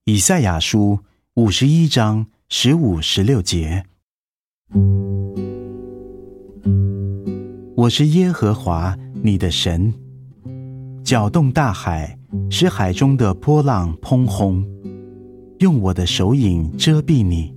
以赛亚书51章15、16节。我是耶和华你的神，搅动大海，使海中的波浪匉訇，用我的手影遮蔽你。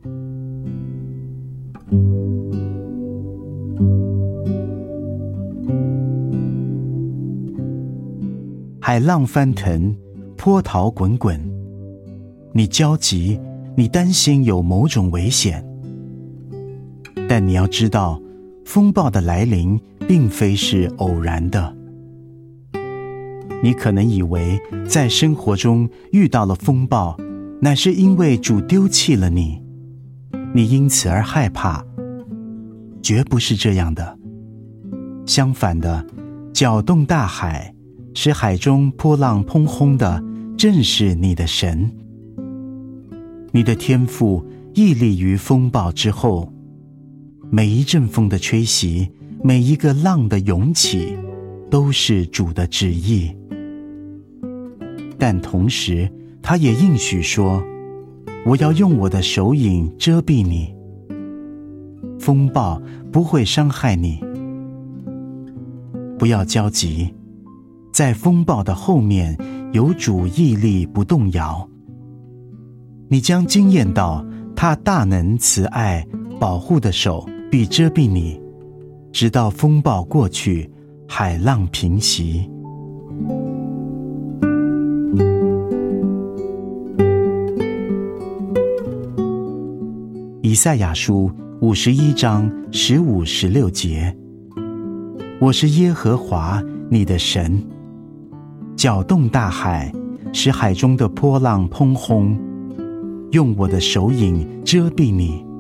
海浪翻腾，波涛滚滚，你焦急，你担心有某种危险。但你要知道，风暴的来临并非是偶然的。你可能以为在生活中遇到了风暴，乃是因为主丢弃了你，你因此而害怕。绝不是这样的。相反的，搅动大海，使海中波浪匉訇的，正是你的神。你的天父屹立于风暴之后，每一阵风的吹袭，每一个浪的涌起，都是主的旨意。但同时，他也应许说，我要用我的手影遮蔽你，风暴不会伤害你。不要焦急，在风暴的后面有主屹立不动摇。你将经验到他大能慈爱保护的手必遮蔽你，直到风暴过去，海浪平息。以赛亚书51章15、16节。我是耶和华你的神，搅动大海，使海中的波浪匉訇，用我的手影遮蔽你。